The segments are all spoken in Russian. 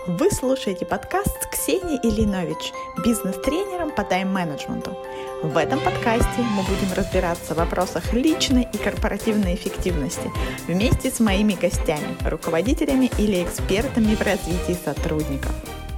Вы слушаете подкаст с Ксенией Ильинович, бизнес-тренером по тайм-менеджменту. В этом подкасте мы будем разбираться в вопросах личной и корпоративной эффективности вместе с моими гостями, руководителями или экспертами в развитии сотрудников.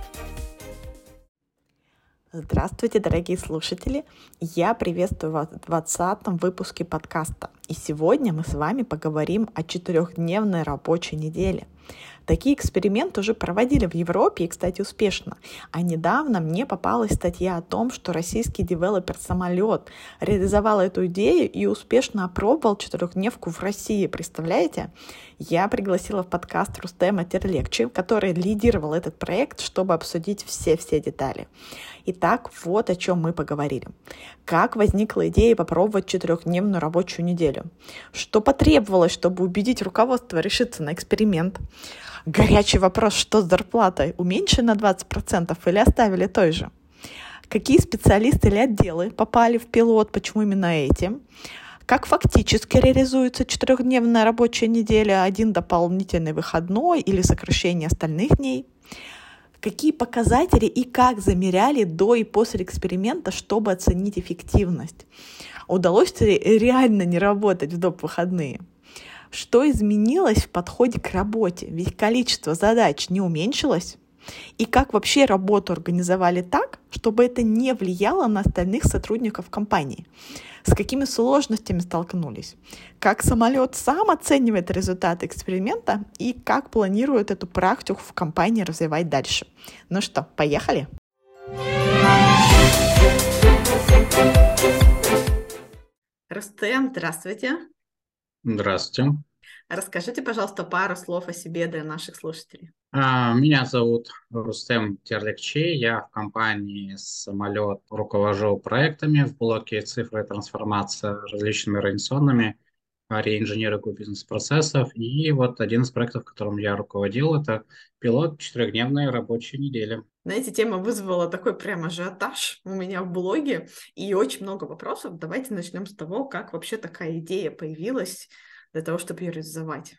Здравствуйте, дорогие слушатели! Я приветствую вас в 20-м выпуске подкаста. И сегодня мы с вами поговорим о 4-дневной рабочей неделе. Такие эксперименты уже проводили в Европе и, кстати, успешно. А недавно мне попалась статья о том, что российский девелопер «Самолет» реализовал эту идею и успешно опробовал 4-дневку в России. Представляете? Я пригласила в подкаст Рустема Терлekçi, который лидировал этот проект, чтобы обсудить все детали. Итак, вот о чем мы поговорили. Как возникла идея попробовать 4-дневную рабочую неделю? Что потребовалось, чтобы убедить руководство решиться на эксперимент? Горячий вопрос, что с зарплатой? Уменьшили на 20% или оставили той же? Какие специалисты или отделы попали в пилот? Почему именно эти? Как фактически реализуется 4-дневная рабочая неделя? Один дополнительный выходной или сокращение остальных дней? Какие показатели и как замеряли до и после эксперимента, чтобы оценить эффективность? Удалось ли реально не работать в доп. Выходные? Что изменилось в подходе к работе? Ведь количество задач не уменьшилось. И как вообще работу организовали так, чтобы это не влияло на остальных сотрудников компании? С какими сложностями столкнулись? Как самолет сам оценивает результаты эксперимента и как планирует эту практику в компании развивать дальше? Ну что, поехали? Рустем, здравствуйте. Здравствуйте. Расскажите, пожалуйста, пару слов о себе для наших слушателей. Меня зовут Рустем Терлekçi. Я в компании «Самолет» руковожу проектами в блоке «Цифра и трансформация» различными организационными реинжиниринг бизнес-процессов. И вот один из проектов, которым я руководил, это пилот 4-дневной рабочей недели. Знаете, тема вызвала такой прям ажиотаж у меня в блоге и очень много вопросов. Давайте начнем с того, как вообще такая идея появилась для того, чтобы ее реализовать.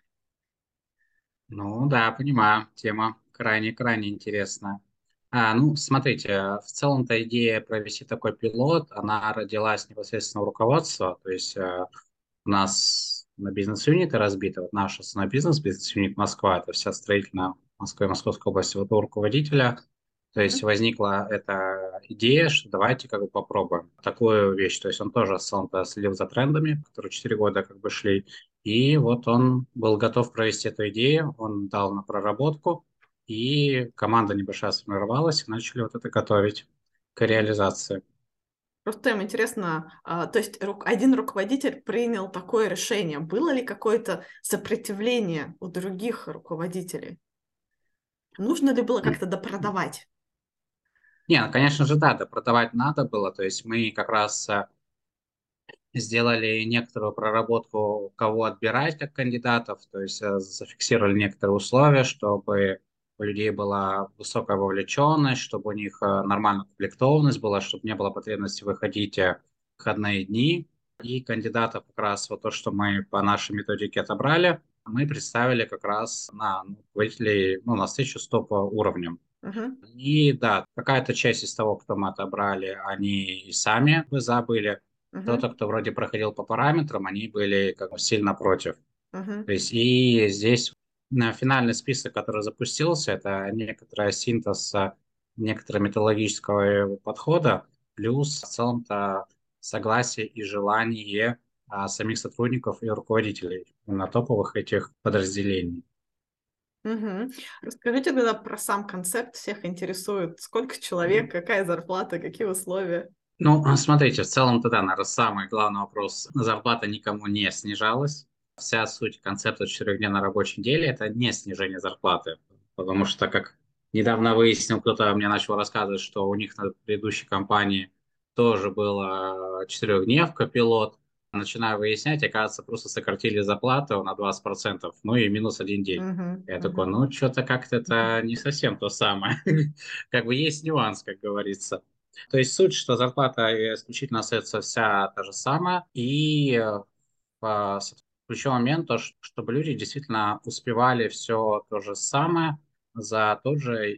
Ну да, понимаю, тема крайне интересная. Смотрите, в целом-то идея провести такой пилот, она родилась непосредственно у руководства, то есть у нас на бизнес-юниты разбиты. Вот наш основной бизнес, бизнес-юнит Москва, это вся строительная Москва и Московской области, вот у руководителя. То есть возникла эта идея, что давайте как бы попробуем такую вещь. То есть он тоже в целом-то следил за трендами, которые 4 года как бы шли. И вот он был готов провести эту идею, он дал на проработку, и команда небольшая сформировалась, и начали вот это готовить к реализации. Просто им интересно, то есть один руководитель принял такое решение. Было ли какое-то сопротивление у других руководителей? Нужно ли было как-то допродавать? Не, ну, конечно же, да, продавать надо было. То есть мы как раз сделали некоторую проработку, кого отбирать как кандидатов, то есть зафиксировали некоторые условия, чтобы у людей была высокая вовлеченность, чтобы у них нормальная комплектованность была, чтобы не было потребности выходить в выходные дни. И кандидатов как раз вот то, что мы по нашей методике отобрали, мы представили как раз на руководителей, на встречу с топ-уровнем. Угу. И да, какая-то часть из того, кто мы отобрали, они и сами бы забыли. Кто-то, Угу. кто вроде проходил по параметрам, они были как бы сильно против. То Угу. есть и здесь на финальный список, который запустился, это некоторая синтез некоторого методологического подхода, плюс в целом-то согласие и желание самих сотрудников и руководителей на топовых этих подразделений. Угу. Расскажите тогда про сам концепт. Всех интересует, сколько человек, какая зарплата, какие условия. Смотрите, в целом тогда, наверное, самый главный вопрос. Зарплата никому не снижалась. Вся суть концепта 4-дневной рабочей недели– это не снижение зарплаты. Потому что, как недавно выяснил, кто-то мне начал рассказывать, что у них на предыдущей компании тоже была 4-дневка пилот. Начинаю выяснять, оказывается, просто сократили зарплату на 20%, ну и минус 1 день. Угу. Я такой, Угу. что-то как-то это не совсем то самое. Как бы есть нюанс, как говорится. То есть суть, что зарплата исключительно остается вся та же самая, и ключевой момент, то, чтобы люди действительно успевали все то же самое, за тот же,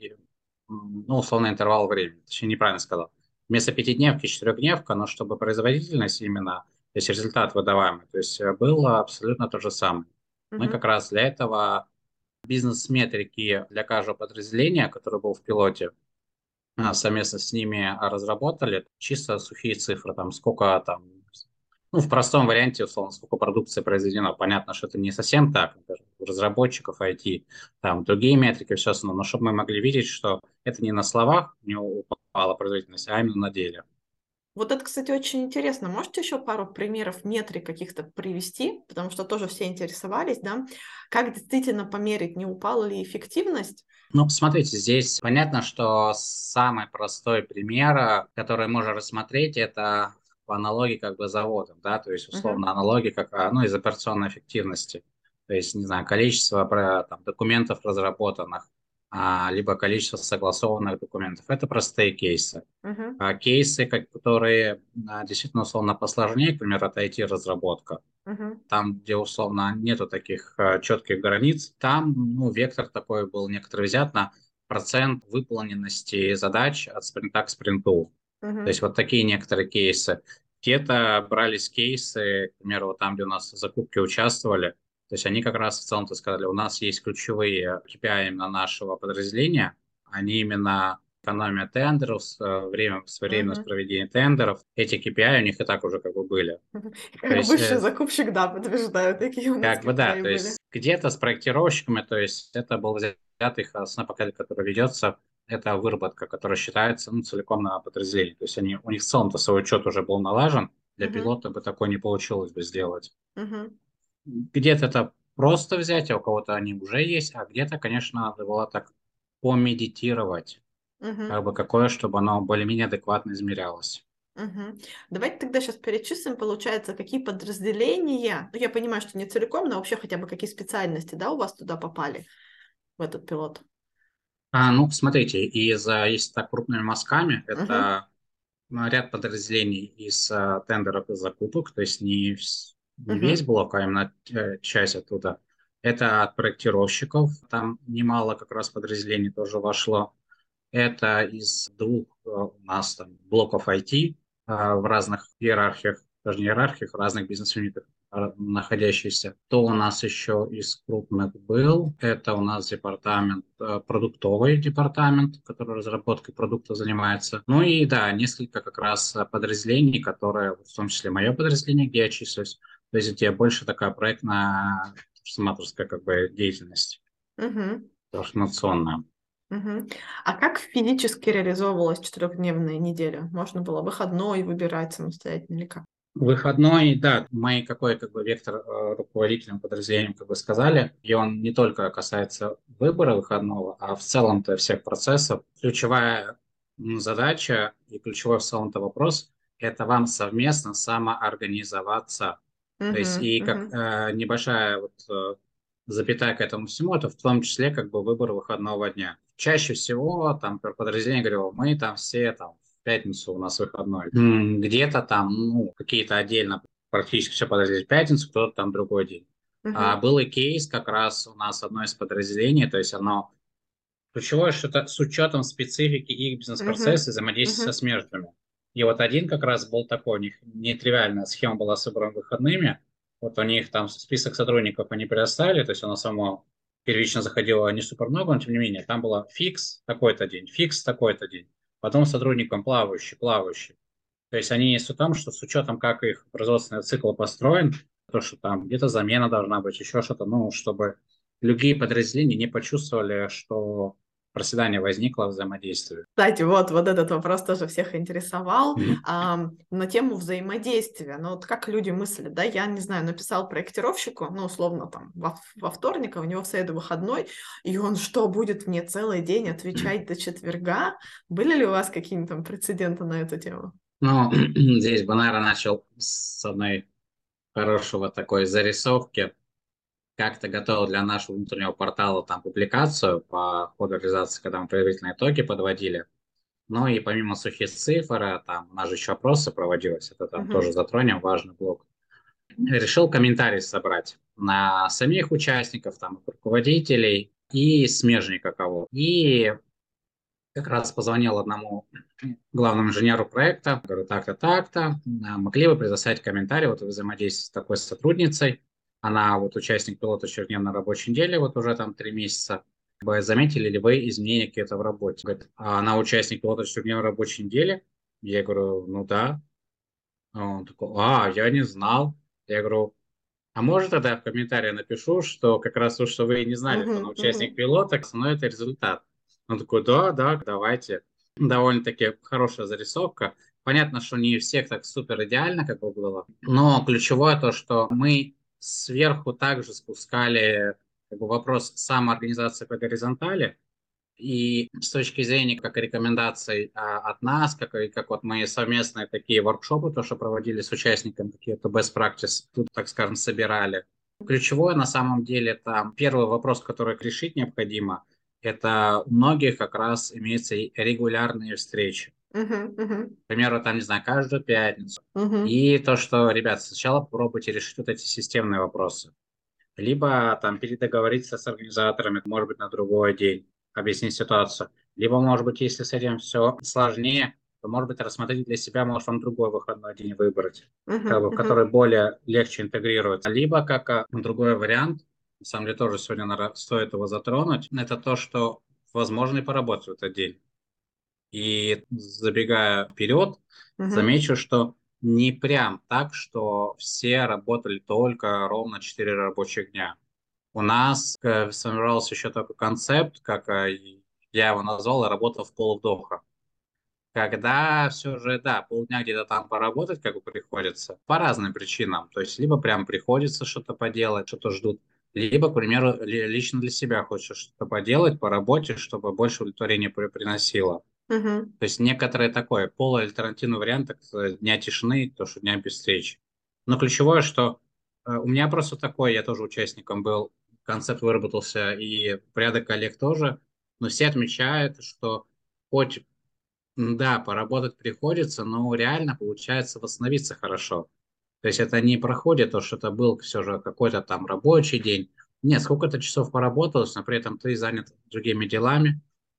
ну, условно, интервал времени. Точнее, неправильно сказал. Вместо пятидневки четырехдневка, но чтобы производительность именно, то есть результат выдаваемый, то есть было абсолютно то же самое. Мы как Мгм. раз для этого бизнес-метрики для каждого подразделения, который был в пилоте, совместно с ними разработали чисто сухие цифры, там сколько там, ну, в простом варианте, условно, сколько продукции произведено. Понятно, что это не совсем так, например, у разработчиков IT, там другие метрики, все остальное, но чтобы мы могли видеть, что это не на словах не упала производительность, а именно на деле. Вот это, кстати, очень интересно. Можете еще пару примеров метрик каких-то привести? Потому что тоже все интересовались, да? Как действительно померить, не упала ли эффективность? Ну, смотрите, здесь понятно, что самый простой пример, который можно рассмотреть, это по аналогии как бы заводом, да, то есть Мгм. условно аналогии как, ну, из операционной эффективности, то есть, не знаю, количество там, документов разработанных, либо количество согласованных документов. Это простые кейсы. Мгм. А кейсы, которые действительно условно посложнее, к примеру, это IT-разработка, Мгм. там, где условно нету таких четких границ, там, ну, вектор такой был некоторый взят на процент выполненности задач от спринта к спринту. То есть Мгм. вот такие некоторые кейсы. Где-то брались кейсы, к примеру, вот там, где у нас закупки участвовали, то есть они как раз в целом-то сказали, у нас есть ключевые KPI именно нашего подразделения, они именно экономия тендеров, своевременность Мгм. проведения тендеров. Эти KPI у них и так уже как бы были. Мгм. То Как есть бывший закупщик, да, подтверждаю, такие у нас как бы да, KPI то были. есть где-то с проектировщиками, то есть это был взят их основной показатель, который ведется, это выработка, которая считается ну, целиком на подразделении. То есть они, у них в целом-то свой учет уже был налажен, для Мгм. пилота бы такое не получилось бы сделать. Мгм. Где-то это просто взять, а у кого-то они уже есть, а где-то, конечно, надо было так помедитировать, Мгм. как бы какое, чтобы оно более-менее адекватно измерялось. Мгм. Давайте тогда сейчас перечислим, получается, какие подразделения, ну, я понимаю, что не целиком, но вообще хотя бы какие специальности, да, у вас туда попали, в этот пилот. Ну, смотрите, если так крупными мазками, Мгм. это ряд подразделений из тендеров и закупок, то есть не весь Мгм. блок, а именно часть оттуда. Это от проектировщиков, там немало как раз подразделений тоже вошло. Это из двух у нас там блоков IT в разных иерархиях, даже не иерархиях, в разных бизнес-юнитах находящихся. То у нас еще из крупных был, это у нас департамент, продуктовый департамент, который разработкой продукта занимается. Ну и да, несколько как раз подразделений, которые, в том числе мое подразделение, где я числюсь, то есть где больше такая проектная, трансформаторская как бы деятельность, Мгм. трансформационная. Мгм. А как физически реализовывалась четырехдневная неделя? Можно было выходной выбирать самостоятельно или как? Выходной, да, мы какой как бы вектор руководителям подразделением как бы сказали, и он не только касается выбора выходного, а в целом-то всех процессов. Ключевая задача и ключевой в целом-то вопрос– это вам совместно самоорганизоваться. То есть Мгм. и как Мгм. небольшая вот запятая к этому всему, это в том числе как бы выбор выходного дня. Чаще всего там подразделение говорило, мы там все там в пятницу у нас выходной. Где-то там, ну, какие-то отдельно практически все подразделения в пятницу, кто-то там другой день. Мгм. Был и кейс как раз у нас одно из подразделений, то есть оно ключевое, что это с учетом специфики их бизнес-процесса и Мгм. взаимодействия со Мгм. смежными. И вот один как раз был такой, у них нетривиальная схема была с выбором выходными. Вот у них там список сотрудников они предоставили, то есть оно само первично заходило не супер много, но тем не менее, там было фикс такой-то день, фикс такой-то день. Потом сотрудникам плавающий, плавающий. То есть они есть в том, что с учетом, как их производственный цикл построен, то, что там где-то замена должна быть, еще что-то, ну, чтобы другие подразделения не почувствовали, что проседание возникло в взаимодействии. Кстати, вот этот вопрос тоже всех интересовал, на тему взаимодействия. Ну, вот как люди мыслят, да, я не знаю, написал проектировщику, ну, условно, там, во вторник, а у него в среду выходной, и он что, будет мне целый день отвечать до четверга? Были ли у вас какие-нибудь там прецеденты на эту тему? Ну, здесь бы, наверное, начал с одной хорошего такой зарисовки. Как-то готовил для нашего внутреннего портала там публикацию по ходу реализации, когда мы предварительные итоги подводили. Ну и помимо сухих цифр, там у нас же еще опросы проводилось, это там тоже Мгм. затронем, важный блок. Решил комментарий собрать на самих участников, там, руководителей и смежника кого. И как раз позвонил одному главному инженеру проекта, говорю, так-то, так-то, могли бы предоставить комментарий, вот взаимодействие с такой сотрудницей, она вот участник пилота четырехдневной рабочей недели, вот уже там 3 месяца, как бы заметили ли вы изменения какие-то в работе? Говорит, а она участник пилота четырехдневной рабочей недели? Я говорю, ну да. А он такой, я не знал. Я говорю, а может тогда я в комментарии напишу, что как раз то, что вы и не знали, что Мгм, она мгм, участник пилота, но это результат. Он такой, да, да, давайте. Довольно-таки хорошая зарисовка. Понятно, что не у всех так супер идеально, как бы было, но ключевое то, что мы сверху также спускали как бы, вопрос самоорганизации по горизонтали, и с точки зрения как рекомендаций от нас, как вот мы совместные такие воркшопы, то, что проводили с участниками, какие-то best practice, тут, так скажем, собирали. Ключевое на самом деле там первый вопрос, который решить необходимо, это у многих как раз имеются и регулярные встречи. мгм, мгм, К примеру, там, не знаю, каждую пятницу. мгм, И то, что, ребят, сначала попробуйте решить вот эти системные вопросы. Либо там передоговориться с организаторами, может быть, на другой день, объяснить ситуацию. Либо, может быть, если с этим все сложнее, то, может быть, рассмотреть для себя, может, вам другой выходной день выбрать, как мгм, бы, мгм, который более легче интегрируется. Либо, как другой вариант, на самом деле тоже сегодня стоит его затронуть, это то, что возможно и поработать в этот день. И забегая вперед, мгм, замечу, что не прям так, что все работали только ровно 4 рабочих дня. У нас сформировался еще такой концепт, как я его назвал, работа в полвдоха. Когда все же, да, полдня где-то там поработать, как бы приходится, по разным причинам. То есть, либо прям приходится что-то поделать, что-то ждут, либо, к примеру, лично для себя хочешь что-то поделать по работе, чтобы больше удовлетворения приносило. мгм, То есть некоторые такое полуальтернативный вариант так сказать, дня тишины, то, что дня без встреч. Но ключевое, что у меня просто такой, я тоже участником был, концепт выработался, и порядок коллег тоже, но все отмечают, что хоть, да, поработать приходится, но реально получается восстановиться хорошо. То есть это не проходит то, что это был все же какой-то там рабочий день. Нет, сколько-то часов поработалось, но при этом ты занят другими делами,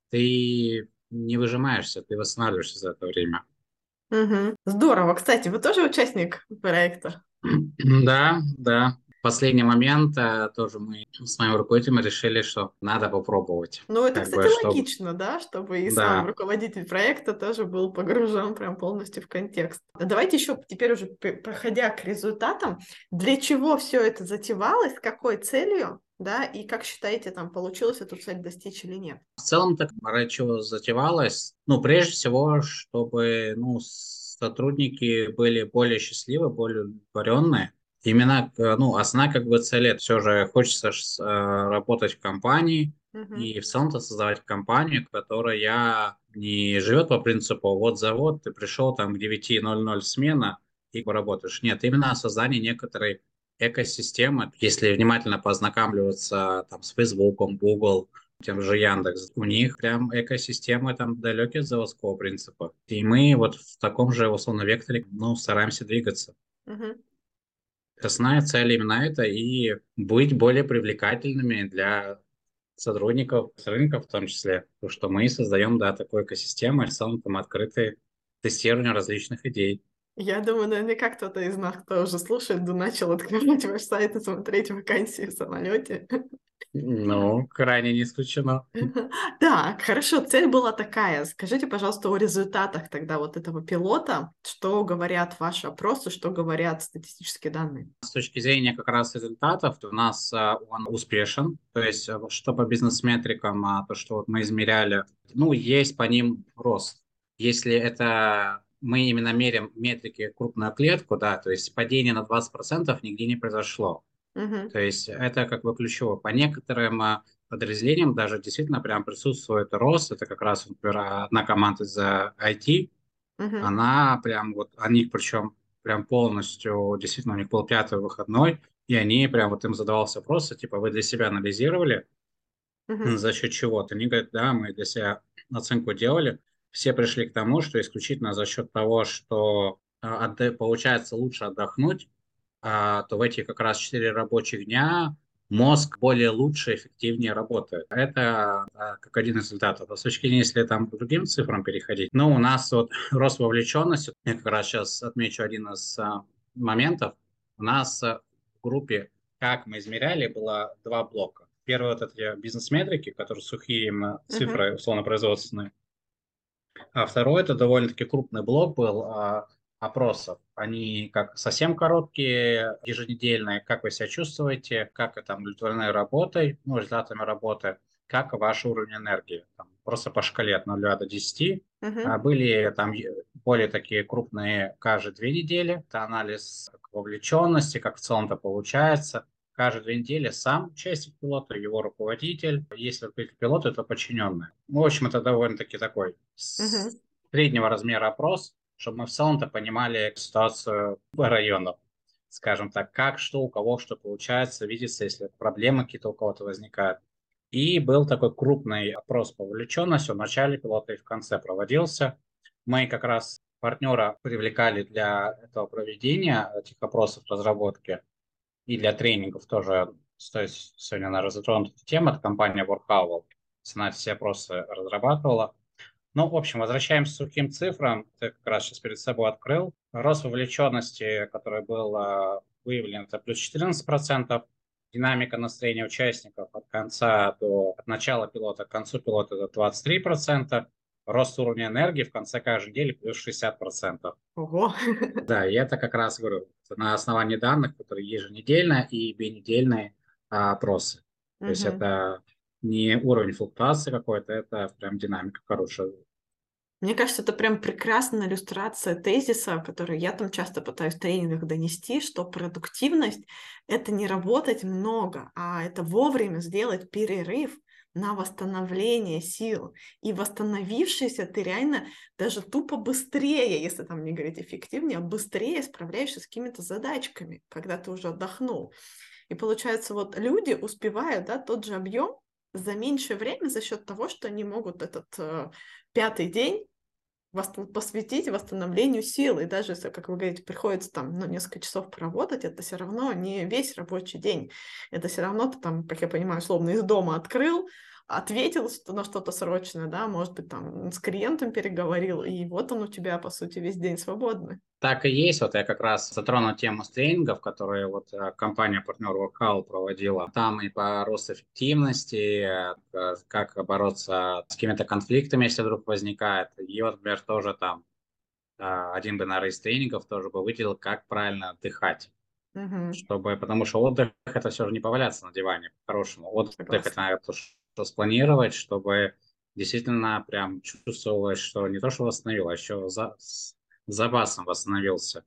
ты не выжимаешься, ты восстанавливаешься за это время. мгм. Здорово. Кстати, вы тоже участник проекта? Да, да. В последний момент тоже мы с моим руководителем решили, что надо попробовать. Ну, это, Как бы, кстати, чтобы... логично, да, чтобы и сам Да, руководитель проекта тоже был погружен прям полностью в контекст. Давайте еще теперь уже проходя к результатам, для чего все это затевалось, с какой целью, да, и как считаете, там получилось эту цель достичь или нет? в целом так ради чего затевалось. Ну, прежде всего, чтобы ну, сотрудники были более счастливы, более удовлетворенные. Именно, ну, основная как бы цель, это все же хочется работать в компании Мгм. и в целом-то создавать компанию, которая не живет по принципу вот завод, ты пришел там к 9:00 смена и работаешь. Нет, именно создание некоторой экосистемы. Если внимательно познакомливаться там с Facebook, Google, тем же Яндекс. У них прям экосистемы там далекие от заводского принципа. И мы вот в таком же, условно, векторе, ну, стараемся двигаться. Мгм. Основная цель именно это и быть более привлекательными для сотрудников, с рынка в том числе. Потому что мы создаем, да, такую экосистему, и в целом там открытые тестирование различных идей. Я думаю, наверняка кто-то из нас, кто уже слушает, начал открывать ваш сайт и смотреть вакансии в самолете. Ну, крайне не исключено. Так, хорошо, цель была такая. Скажите, пожалуйста, о результатах тогда вот этого пилота. Что говорят ваши опросы, что говорят статистические данные? С точки зрения как раз результатов, у нас он успешен. То есть, что по бизнес-метрикам, то, что вот мы измеряли, ну, есть по ним рост. Если это мы именно меряем метрики крупную клетку, да, то есть падение на 20% нигде не произошло. Мгм, То есть это как бы ключево. По некоторым подразделениям даже действительно прям присутствует рост. Это как раз, например, одна команда из IT, мгм, она прям вот, они причем прям полностью, действительно, у них был пятый выходной, и они прям вот им задавался вопрос, типа, вы для себя анализировали, мгм, за счет чего-то? Они говорят, да, мы для себя оценку делали, все пришли к тому, что исключительно за счет того, что получается лучше отдохнуть, то в эти как раз 4 рабочих дня мозг более лучше, эффективнее работает. Это как один из результатов. А с точки зрения, если там к другим цифрам переходить, у нас вот рост вовлеченности, я как раз сейчас отмечу один из моментов. У нас в группе, как мы измеряли, было два блока. Первый вот это бизнес-метрики, которые сухие Мгм. цифры, условно-производственные. А второй это довольно-таки крупный блок был опросов. Они как совсем короткие, еженедельные. Как вы себя чувствуете, как там удовлетворены работой, результатами работы, как ваш уровень энергии. Там, просто по шкале от 0 до 10. Мгм. Были там более такие крупные каждые 2 недели. Это анализ как вовлеченности, как в целом-то получается. Каждые 2 недели сам участник пилота, его руководитель. Если руководитель пилота, то подчиненные. В общем, это довольно-таки такой Мгм. среднего размера опрос, чтобы мы в целом-то понимали ситуацию по району. Скажем так, как, что, у кого что получается, видится, если проблемы какие-то у кого-то возникают. И был такой крупный опрос по вовлеченности. В начале пилота и в конце проводился. Мы как раз партнера привлекали для этого проведения этих опросов разработки и для тренингов тоже. Стоит сегодня, наверное, затронуть эту тему. Это компания Workhowl. Она все опросы разрабатывала. Ну, в общем, возвращаемся к сухим цифрам. Ты как раз сейчас перед собой открыл. Рост вовлеченности, который был выявлен, это плюс 14%. Динамика настроения участников от начала пилота к концу пилота это 23%. Рост уровня энергии в конце каждой недели плюс 60%. Ого. Да, и это как раз, говорю, на основании данных, которые еженедельно и бинедельные опросы. То есть Мгм. это не уровень флуктуации какой-то, это прям динамика хорошая. Мне кажется, это прям прекрасная иллюстрация тезиса, который я там часто пытаюсь в тренингах донести, что продуктивность — это не работать много, а это вовремя сделать перерыв на восстановление сил. И восстановившийся ты реально даже тупо быстрее, если там не говорить эффективнее, а быстрее справляешься с какими-то задачками, когда ты уже отдохнул. И получается, вот люди успевают, да, тот же объем за меньшее время за счет того, что они могут этот пятый день посвятить восстановлению сил. И даже если, как вы говорите, приходится там, несколько часов поработать, это все равно не весь рабочий день. Это все равно ты там, как я понимаю, условно из дома открыл, ответил на что-то срочное, да, может быть, там с клиентом переговорил, и вот он у тебя, по сути, весь день свободный. Так и есть. Вот я как раз затронул тему тренингов, которые вот компания-партнер Workhouse проводила. Там и по росту эффективности, как бороться с какими-то конфликтами, если вдруг возникает. И вот, например, тоже там один бы, наверное, из тренингов тоже бы выделил, как правильно отдыхать. Мгм. Потому что отдых — это все же не поваляться на диване, по-хорошему. Отдых — это, Согласна. наверное, то, что спланировать, чтобы действительно прям чувствовалось, что не то, что восстановил, а еще с запасом восстановился.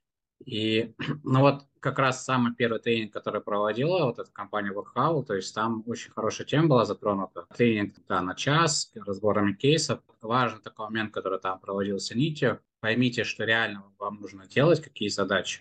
И ну вот как раз самый первый тренинг, который проводила вот эта компания Workhouse, то есть там очень хорошая тема была затронута. Тренинг да, на час, разборами кейсов. Важный такой момент, который там проводился нитью. Поймите, что реально вам нужно делать, какие задачи.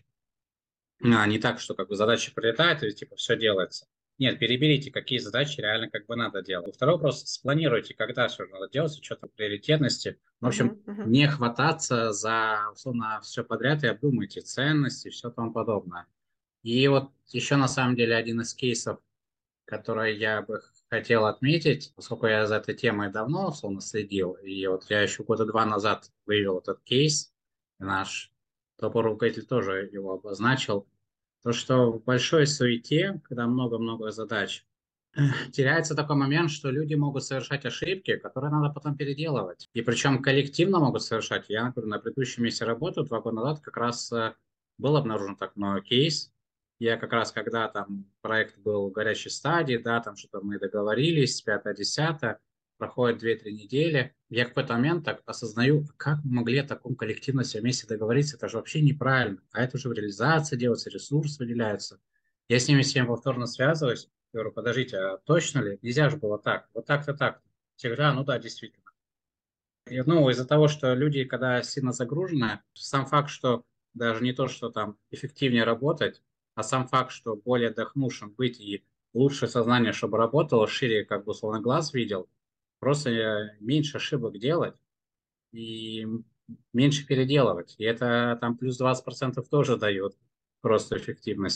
Не так, что как бы задача прилетает и типа все делается. Нет, переберите, какие задачи реально как бы надо делать. Второй вопрос, спланируйте, когда все надо делать, с учетом приоритетности. В общем, Мгм. Мгм. не хвататься за, условно, все подряд и обдумайте ценности и все тому подобное. И вот еще на самом деле один из кейсов, который я бы хотел отметить, поскольку я за этой темой давно, условно, следил, и вот я еще года два назад вывел этот кейс, и наш топ-руководитель тоже его обозначил, то, что в большой суете, когда много-много задач, теряется такой момент, что люди могут совершать ошибки, которые надо потом переделывать. И причем коллективно могут совершать. Я, например, на предыдущем месте работы 2 года назад как раз был обнаружен такой кейс. Я как раз, когда там проект был в горячей стадии, да, там что-то мы договорились, пятое, десятое, проходит 2-3 недели, я в какой-то момент так осознаю, как мы могли о таком коллективно все вместе договориться, это же вообще неправильно, а это уже в реализации делается, ресурсы выделяются. Я с ними всем повторно связываюсь, говорю, подождите, а точно ли? Нельзя же было так, вот так-то так. Все говорят, ну да, действительно. Из-за того, что люди, когда сильно загружены, сам факт, что даже не то, что там эффективнее работать, а сам факт, что более отдохнувшим быть и лучше сознание, чтобы работало, шире, как бы, условно, глаз видел, просто меньше ошибок делать и меньше переделывать. И это там плюс 20% тоже дает просто эффективности.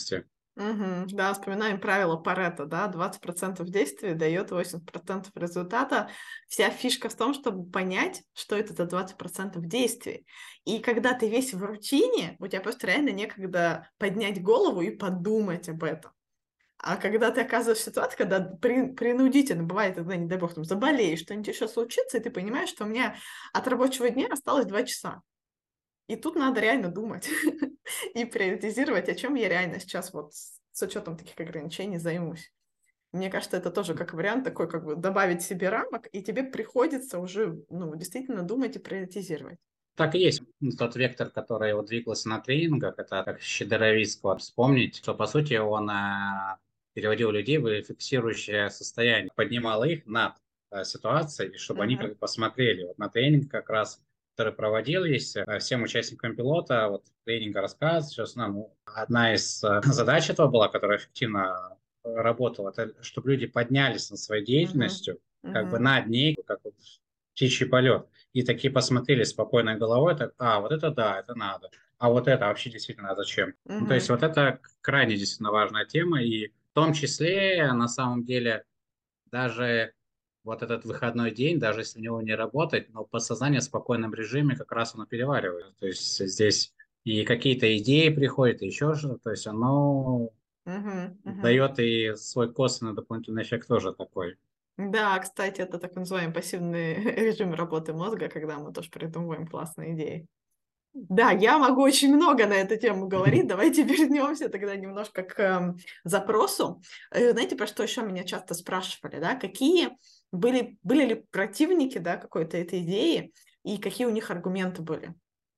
Да, вспоминаем правило Парето, да, 20% действия дает 80% результата. Вся фишка в том, чтобы понять, что это за 20% действий. И когда ты весь в рутине, у тебя просто реально некогда поднять голову и подумать об этом. А когда ты оказываешься в ситуации, когда принудительно, бывает, когда, не дай бог, там, заболеешь, что-нибудь еще случится, и ты понимаешь, что у меня от рабочего дня осталось 2 часа. И тут надо реально думать и приоритизировать, о чем я реально сейчас вот с учетом таких ограничений займусь. Мне кажется, это тоже как вариант такой, как бы добавить себе рамок, и тебе приходится уже, ну, действительно думать и приоритизировать. Так и есть. Тот вектор, который вот двигался на тренингах, это как Щедровицкого вспомнить, что по сути он переводил людей в фиксирующее состояние, поднимал их над ситуацией, чтобы они как Мгм. бы посмотрели. Вот на тренинг как раз, который проводились, всем участникам пилота, вот тренинга рассказывать, что ну, одна из задач этого была, которая эффективно работала, это чтобы люди поднялись над своей Мгм. деятельностью, как бы Мгм. над ней, как вот птичий полет. И такие посмотрели спокойной головой, так, вот это да, это надо. А вот это вообще действительно зачем? Ну, то есть Мгм. вот это крайне действительно важная тема, и в том числе, на самом деле, даже вот этот выходной день, даже если в него не работать, но подсознание в спокойном режиме как раз оно переваривает. То есть здесь и какие-то идеи приходят, и еще что-то, то есть оно Мгм. Мгм. дает и свой косвенный дополнительный эффект тоже такой. Да, кстати, это так называемый пассивный режим работы мозга, когда мы тоже придумываем классные идеи. Да, я могу очень много на эту тему говорить. Давайте вернемся тогда немножко к запросу. Знаете, про что еще меня часто спрашивали, да? Были ли противники, да, какой-то этой идеи, и какие у них аргументы были?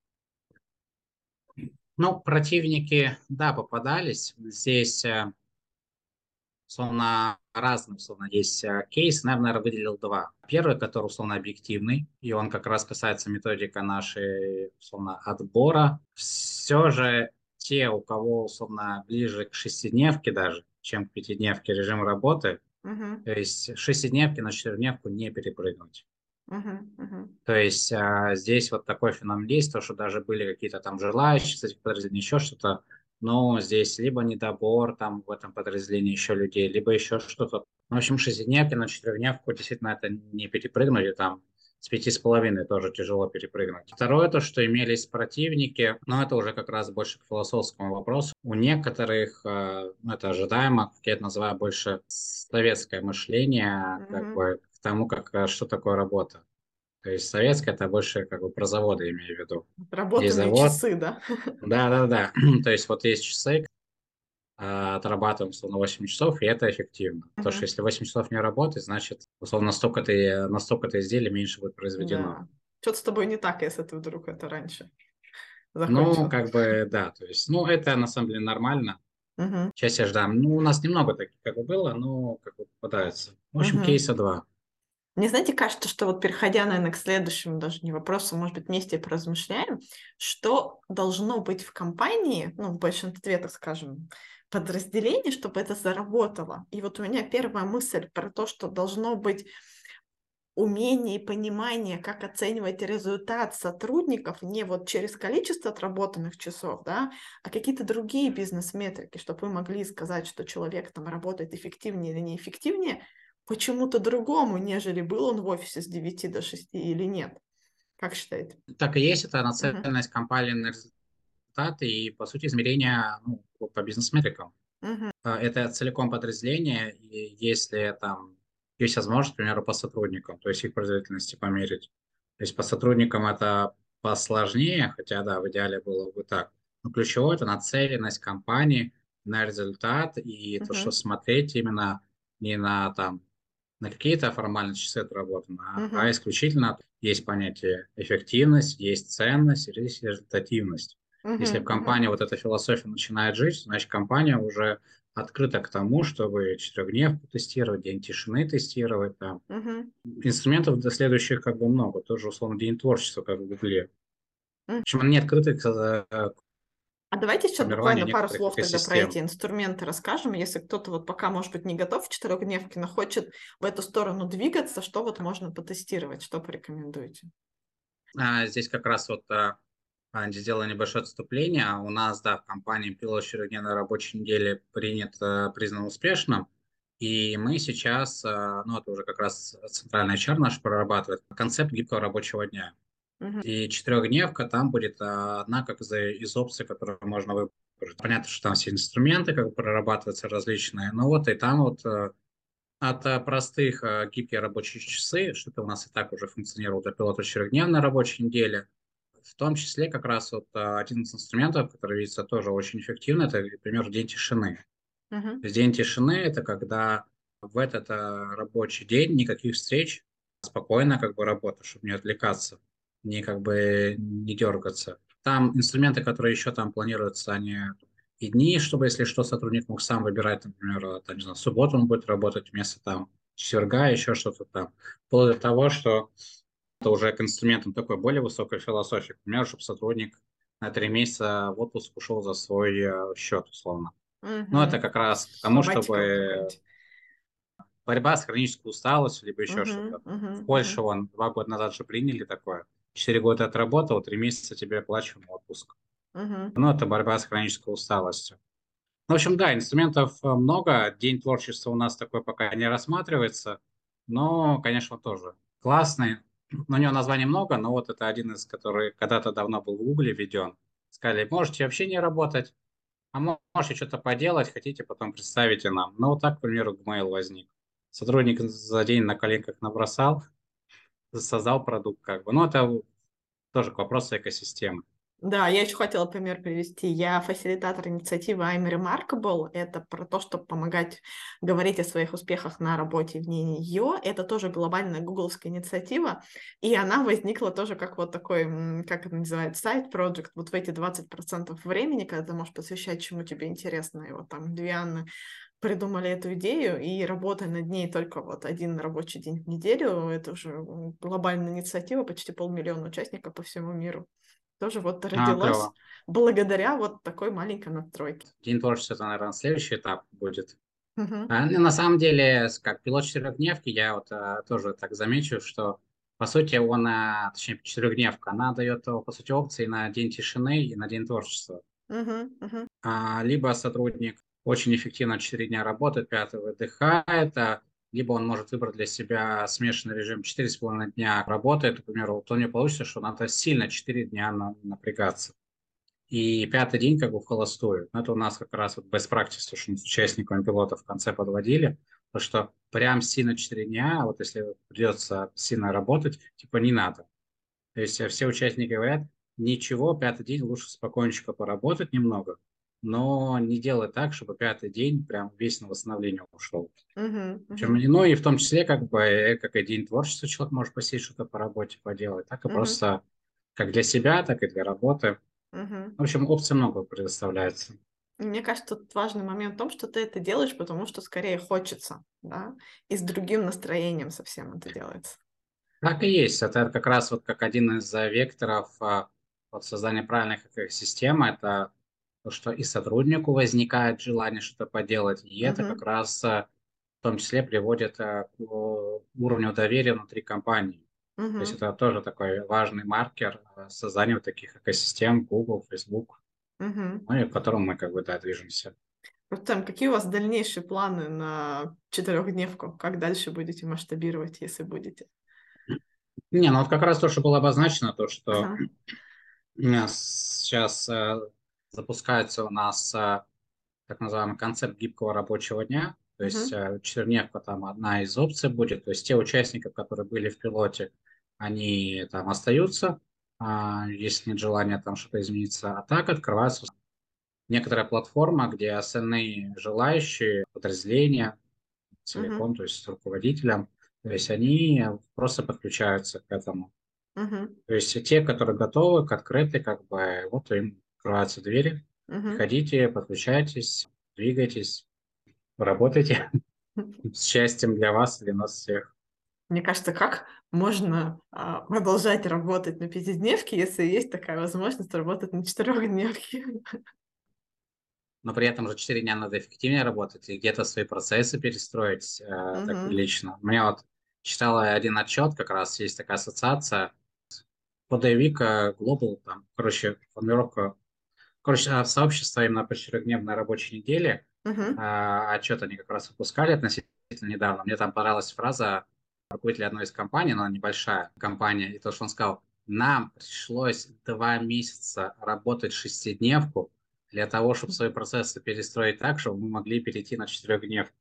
Ну, противники, да, попадались. Здесь условно, разные, условно, есть кейс, наверное, выделил два. Первый, который, условно, объективный, и он как раз касается методика нашей, условно, отбора. Все же те, у кого, условно, ближе к шестидневке даже, чем к пятидневке режим работы, Мгм. то есть шестидневки на четырехдневку не перепрыгнуть. Мгм. Мгм. То есть здесь вот такой феномен есть, то, что даже были какие-то там желающие, кстати, подразделения, еще что-то, но здесь либо недобор там в этом подразделении еще людей, либо еще что-то. В общем, шестидневки на четырехдневку действительно это не перепрыгнуть, и там с 5,5 тоже тяжело перепрыгнуть. Второе, то, что имелись противники, но это уже как раз больше к философскому вопросу. У некоторых, ну, это ожидаемо, как я это называю, больше советское мышление, как Мгм. бы к тому, как, что такое работа. То есть советская это больше как бы про заводы, имею в виду. Есть Работаем ли завод, часы, да? да-да-да. То есть вот есть часы, отрабатываем условно 8 часов, и это эффективно. Потому что Мгм. если 8 часов не работать, значит, условно, настолько-то изделий меньше будет произведено. Да. Что-то с тобой не так, если ты вдруг это раньше Ну, закончил. как бы, да, то есть, ну, это на самом деле нормально. Мгм. Сейчас я ждам. Ну, у нас немного таких как бы было, но как бы попадается. В общем, Мгм. кейса два. Мне, знаете, кажется, что вот переходя, наверное, к следующему, даже не вопросу, может быть, вместе поразмышляем, что должно быть в компании, ну, в большинстве, так скажем, подразделений, чтобы это заработало. И вот у меня первая мысль про то, что должно быть умение и понимание, как оценивать результат сотрудников не вот через количество отработанных часов, да, а какие-то другие бизнес-метрики, чтобы вы могли сказать, что человек там работает эффективнее или неэффективнее, почему-то другому, нежели был он в офисе с 9 до 6 или нет. Как считаете? Так и есть, это Мгм. нацеленность компании на результаты и, по сути, измерения ну, по бизнес-метрикам. Мгм. Это целиком подразделение, и если там есть возможность, к примеру, по сотрудникам, то есть их производительности померить. То есть по сотрудникам это посложнее, хотя, да, в идеале было бы так. Но ключевое– это нацеленность компании на результат и то, что Мгм. смотреть именно не на там на какие-то формальные часы отработаны, а Мгм. исключительно есть понятие эффективность, есть ценность, и есть результативность. Если в Мгм. компании Мгм. вот эта философия начинает жить, значит компания уже открыта к тому, чтобы четырехдневку тестировать, день тишины тестировать. Там. Мгм. Инструментов для следующих как бы много. Тоже, условно, день творчества, как в Гугле. Мгм. В общем, они открыты к А давайте сейчас формированию буквально пару некоторых слов тогда про эти экосистем. инструменты расскажем. Если кто-то вот пока, может быть, не готов к четырехдневке, но хочет в эту сторону двигаться, что вот можно потестировать, что порекомендуете? Здесь как раз вот Сделаю небольшое отступление. У нас, да, в компании пилот четырехдневной рабочей недели признан успешным. И мы сейчас, ну, это уже как раз центральный HR наш прорабатывает концепт гибкого рабочего дня. Мгм. И четырехдневка там будет одна как из опций, которые можно выбрать. Понятно, что там все инструменты как бы прорабатываются различные, но вот и там вот от простых гибкие рабочие часы, что это у нас и так уже функционировало для пилота четырехдневной рабочей недели, в том числе как раз вот один из инструментов, который видится тоже очень эффективно, это, например, день тишины. Мгм. То есть день тишины– это когда в этот рабочий день никаких встреч, спокойно как бы работа, чтобы не отвлекаться, не как бы не дергаться. Там инструменты, которые еще там планируются, они и дни, чтобы, если что, сотрудник мог сам выбирать, например, там, не знаю, в субботу он будет работать вместо там четверга, еще что-то там. Вплоть до того, что это уже к инструментам такой более высокой философии. Например, чтобы сотрудник на 3 месяца в отпуск ушел за свой счет, условно. Ну, это Мгм. как раз к тому, Sabbatical чтобы какой-нибудь. борьба с хронической усталостью, либо еще Мгм. что-то. Мгм. В Мгм. Польше вон 2 года назад же приняли такое. 4 года отработал, 3 месяца тебе оплачиваем отпуск. Мгм. Ну, это борьба с хронической усталостью. Ну, в общем, да, инструментов много. День творчества у нас такой пока не рассматривается. Но, конечно, тоже классный. У него названий много, но вот это один из, который когда-то давно был в Гугле введен. Сказали, можете вообще не работать, а можете что-то поделать, хотите, потом представите нам. Ну, вот так, к примеру, Gmail возник. Сотрудник за день на коленках набросал, создал продукт как бы. Ну, это тоже к вопросу экосистемы. Да, я еще хотела пример привести. Я фасилитатор инициативы I'm Remarkable. Это про то, чтобы помогать говорить о своих успехах на работе вне нее. Это тоже глобальная гугловская инициатива. И она возникла тоже как вот такой, как это называется, сайт-проект. Вот в эти 20% времени, когда ты можешь посвящать, чему тебе интересно. И вот там две Анны придумали эту идею и работали над ней только вот один рабочий день в неделю. Это уже глобальная инициатива, почти 500 000 участников по всему миру. Тоже вот родилась Клево. благодаря вот такой маленькой настройке. День творчества, это, наверное, следующий этап будет. Мгм. Ну, на самом деле, как пилот четырехдневки, я вот тоже так замечу, что, по сути, точнее, четырехдневка, она дает, по сути, опции на день тишины и на день творчества. Мгм. Мгм. Либо сотрудник очень эффективно 4 дня работает, 5 выдыхает, либо он может выбрать для себя смешанный режим 4,5 дня работает, к примеру, вот у него получится, что надо сильно 4 дня напрягаться. И пятый день как бы в холостую. Ну, это у нас как раз вот best practice, то, что мы с участниками пилота в конце подводили, то что прям сильно 4 дня, вот если придется сильно работать, типа не надо. То есть все участники говорят, ничего, пятый день лучше спокойненько поработать немного, но не делать так, чтобы пятый день прям весь на восстановление ушел. Мгм. Причем, Мгм. ну и в том числе, как бы, как и день творчества человек может посидеть, что-то по работе поделать, так и Мгм. просто как для себя, так и для работы. Мгм. В общем, опций много предоставляется. И мне кажется, тут важный момент в том, что ты это делаешь, потому что скорее хочется, да, и с другим настроением совсем это делается. Так и есть. Это как раз вот как один из векторов вот создания правильных экосистем. Это то, что и сотруднику возникает желание что-то поделать, и это как Мгм. раз в том числе приводит к уровню доверия внутри компании. То есть Мгм. это тоже такой важный маркер создания вот таких экосистем Google, Facebook, Мгм. ну и в котором мы как бы да, движемся. Рустам, какие у вас дальнейшие планы на четырехдневку? Как дальше будете масштабировать, если будете? Не, ну вот как раз то, что было обозначено, то, что Ага. у нас сейчас запускается у нас так называемый концепт гибкого рабочего дня. То есть Мгм. четырехдневка там одна из опций будет. То есть те участники, которые были в пилоте, они там остаются, если нет желания там что-то измениться. А так открывается некоторая платформа, где остальные желающие подразделения Мгм. целиком, то есть с руководителем, то есть они просто подключаются к этому. Мгм. То есть те, которые готовы, к открыты, как бы вот им открываются двери. Мгм. Приходите, подключайтесь, двигайтесь, работайте. С счастьем для вас и для нас всех. Мне кажется, как можно продолжать работать на пятидневке, если есть такая возможность работать на четырехдневке? Но при этом же 4 дня надо эффективнее работать и где-то свои процессы перестроить так Мгм. прилично. У меня вот читала один отчет, как раз есть такая ассоциация Week Global, там, короче, формировка, короче, сообщество именно по четырехдневной рабочей неделе, Мгм. отчет они как раз выпускали относительно недавно. Мне там понравилась фраза руководителя одной из компаний, но она небольшая компания, и то, что он сказал: нам пришлось 2 месяца работать шестидневку для того, чтобы свои процессы перестроить так, чтобы мы могли перейти на четырехдневку.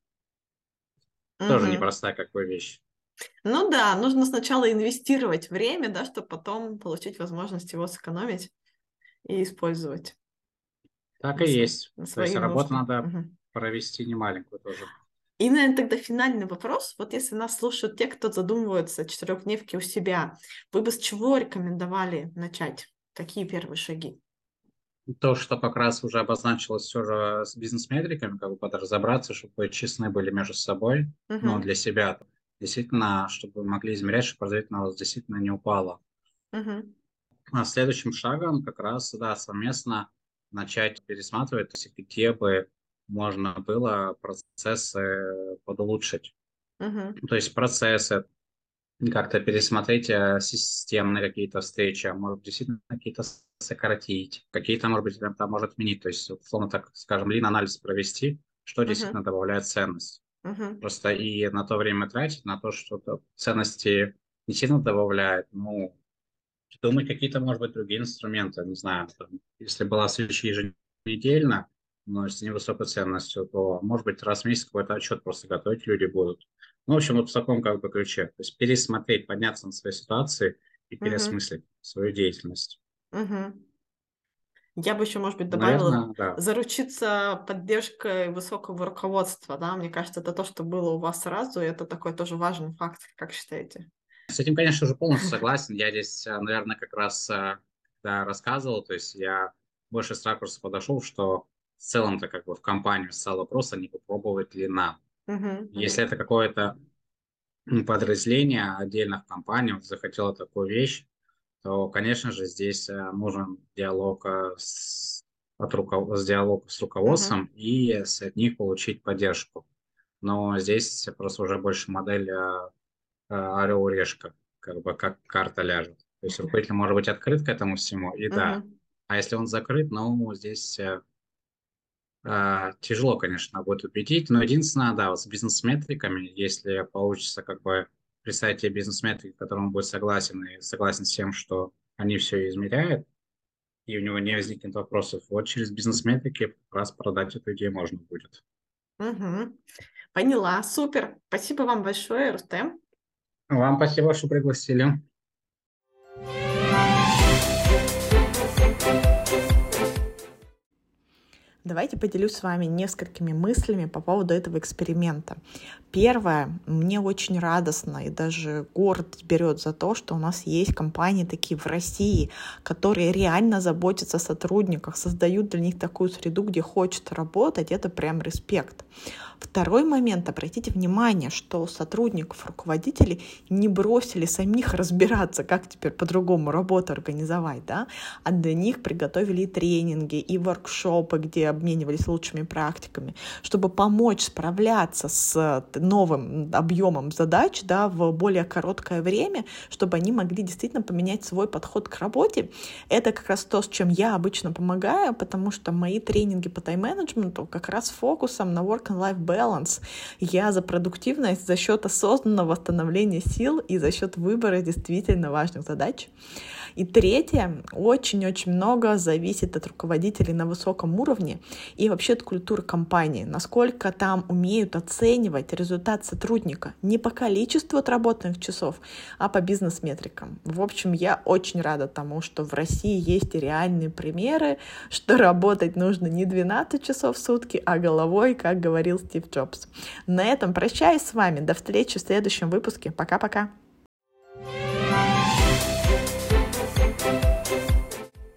Тоже Мгм. непростая какая вещь. Ну да, нужно сначала инвестировать время, да, чтобы потом получить возможность его сэкономить и использовать Так на, и есть. на То есть свои работу нужды. надо Мгм. провести немаленькую тоже. И, наверное, тогда финальный вопрос. Вот если нас слушают те, кто задумывается о четырехдневке у себя, вы бы с чего рекомендовали начать? Какие первые шаги? То, что как раз уже обозначилось все же с бизнес-метриками, как бы надо разобраться, чтобы честны были между собой, ну, Мгм. для себя. Действительно, чтобы могли измерять, чтобы производительность у вас действительно не упала. Мгм. А следующим шагом как раз, да, совместно начать пересматривать, то есть где бы можно было процессы подулучшить. Мгм. То есть процессы, как-то пересмотреть системные какие-то встречи, а может действительно какие-то сократить, какие-то, может быть, там может отменить. То есть, условно так скажем, лин-анализ провести, что действительно Мгм. добавляет ценность. Мгм. Просто и на то время тратить, на то, что ценности не сильно добавляет, ну, думать какие-то, может быть, другие инструменты, не знаю, там, если была встреча еженедельно, но с невысокой ценностью, то, может быть, раз в месяц какой-то отчет просто готовить люди будут. Ну, в общем, вот в таком как бы ключе. То есть пересмотреть, подняться на свои ситуации и Мгм. переосмыслить свою деятельность. Мгм. Я бы еще, может быть, добавила Наверное, да. заручиться поддержкой высокого руководства, да, мне кажется, это то, что было у вас сразу, и это такой тоже важный факт, как считаете? С этим, конечно же, полностью согласен. Я здесь, наверное, как раз да, рассказывал, то есть я больше с ракурса подошел, что в целом-то как бы в компанию стал вопрос, а не попробовать ли нам. Мгм. Если Мгм. это какое-то подразделение отдельно в компании вот захотело такую вещь, то, конечно же, здесь нужен диалог с диалог с руководством Мгм. и от них получить поддержку. Но здесь просто уже больше модель орел-решка, как бы как карта ляжет. То есть руководитель может быть открыт к этому всему, и да. Мгм. А если он закрыт, ну, здесь тяжело, конечно, будет убедить, но единственное, да, вот с бизнес-метриками, если получится как бы представить тебе бизнес-метрики, к которым он будет согласен и согласен с тем, что они все измеряют, и у него не возникнет вопросов, вот через бизнес-метрики как раз продать эту идею можно будет. Мгм. Поняла, супер. Спасибо вам большое, Рустем. Вам спасибо, что пригласили. Давайте поделюсь с вами несколькими мыслями по поводу этого эксперимента. Первое, мне очень радостно и даже гордость берет за то, что у нас есть компании такие в России, которые реально заботятся о сотрудниках, создают для них такую среду, где хочется работать. Это прям респект. Второй момент. Обратите внимание, что сотрудников, руководителей не бросили самих разбираться, как теперь по-другому работу организовать, да? А для них приготовили и тренинги, и воркшопы, где обменивались лучшими практиками, чтобы помочь справляться с новым объемом задач, да, в более короткое время, чтобы они могли действительно поменять свой подход к работе. Это как раз то, с чем я обычно помогаю, потому что мои тренинги по тайм-менеджменту как раз фокусом на work-and-life balance. Я за продуктивность за счет осознанного восстановления сил и за счет выбора действительно важных задач. И третье, очень-очень много зависит от руководителей на высоком уровне и вообще от культуры компании, насколько там умеют оценивать результат сотрудника не по количеству отработанных часов, а по бизнес-метрикам. В общем, я очень рада тому, что в России есть реальные примеры, что работать нужно не 12 часов в сутки, а головой, как говорил Стив Джобс. На этом прощаюсь с вами. До встречи в следующем выпуске. Пока-пока.